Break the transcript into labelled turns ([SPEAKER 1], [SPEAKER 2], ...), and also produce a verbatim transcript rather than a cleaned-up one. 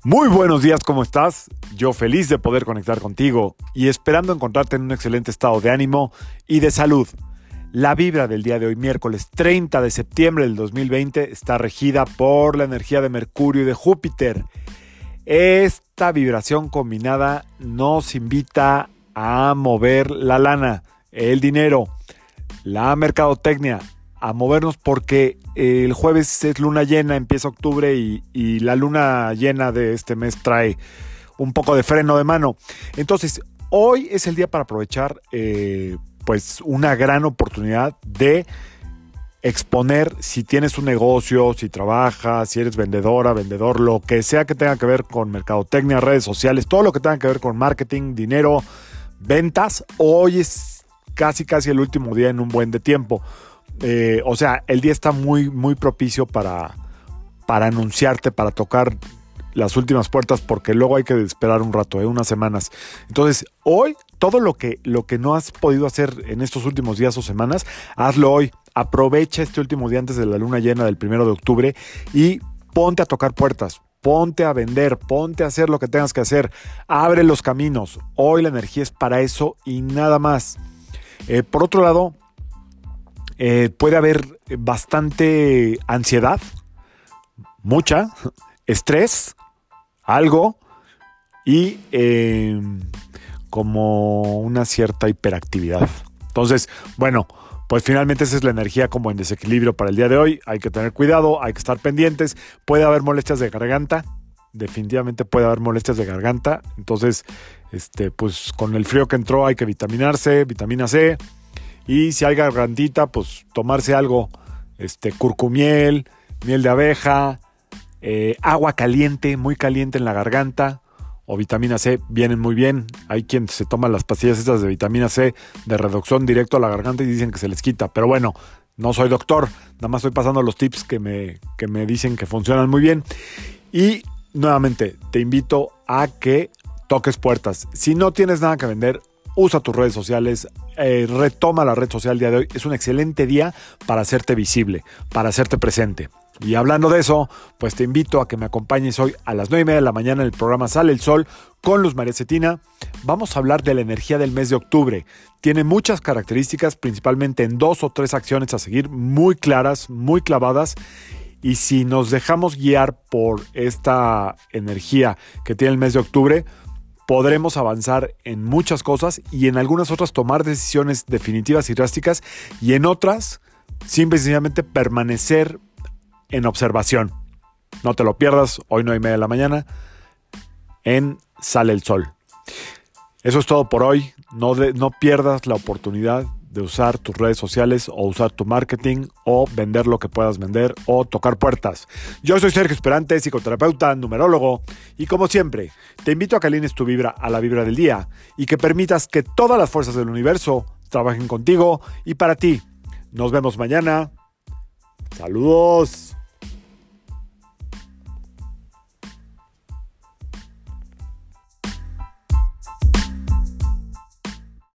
[SPEAKER 1] Muy buenos días, ¿cómo estás? Yo feliz de poder conectar contigo y esperando encontrarte en un excelente estado de ánimo y de salud. La vibra del día de hoy, miércoles treinta de septiembre del dos mil veinte, está regida por la energía de Mercurio y de Júpiter. Esta vibración combinada nos invita a mover la lana, el dinero, la mercadotecnia, a movernos porque el jueves es luna llena, empieza octubre y, y la luna llena de este mes trae un poco de freno de mano. Entonces, hoy es el día para aprovechar eh, pues una gran oportunidad de exponer si tienes un negocio, si trabajas, si eres vendedora, vendedor, lo que sea que tenga que ver con mercadotecnia, redes sociales, todo lo que tenga que ver con marketing, dinero, ventas. Hoy es casi casi el último día en un buen de tiempo. Eh, o sea, el día está muy, muy propicio para, para anunciarte, para tocar las últimas puertas, porque luego hay que esperar un rato, ¿eh? unas semanas. Entonces, hoy, todo lo que, lo que no has podido hacer en estos últimos días o semanas, hazlo hoy. Aprovecha este último día antes de la luna llena del primero de octubre y ponte a tocar puertas. Ponte a vender, ponte a hacer lo que tengas que hacer. Abre los caminos. Hoy la energía es para eso y nada más. Eh, por otro lado, Eh, puede haber bastante ansiedad, mucha, estrés, algo y eh, como una cierta hiperactividad. Entonces, bueno, pues finalmente esa es la energía como en desequilibrio para el día de hoy. Hay que tener cuidado, hay que estar pendientes. Puede haber molestias de garganta, definitivamente puede haber molestias de garganta. Entonces, este, pues con el frío que entró hay que vitaminarse, vitamina C. Y si hay gargantita, pues tomarse algo, este, curcumiel, miel de abeja, eh, agua caliente, muy caliente en la garganta, o vitamina C, vienen muy bien. Hay quien se toma las pastillas estas de vitamina C de reducción directo a la garganta y dicen que se les quita. Pero bueno, no soy doctor, nada más estoy pasando los tips que me, que me dicen que funcionan muy bien. Y nuevamente, te invito a que toques puertas. Si no tienes nada que vender, usa tus redes sociales, eh, retoma la red social el día de hoy. Es un excelente día para hacerte visible, para hacerte presente. Y hablando de eso, pues te invito a que me acompañes hoy a las nueve y media de la mañana en el programa Sale el Sol con Luz María Cetina. Vamos a hablar de la energía del mes de octubre. Tiene muchas características, principalmente en dos o tres acciones a seguir, muy claras, muy clavadas. Y si nos dejamos guiar por esta energía que tiene el mes de octubre, podremos avanzar en muchas cosas y en algunas otras tomar decisiones definitivas y drásticas y en otras simple y sencillamente permanecer en observación. No te lo pierdas, hoy nueve y media de la mañana en Sale el Sol. Eso es todo por hoy. No, de, no pierdas la oportunidad de usar tus redes sociales o usar tu marketing o vender lo que puedas vender o tocar puertas. Yo soy Sergio Esperante, psicoterapeuta, numerólogo y como siempre te invito a que alines tu vibra a la vibra del día y que permitas que todas las fuerzas del universo trabajen contigo y para ti. Nos vemos mañana. Saludos.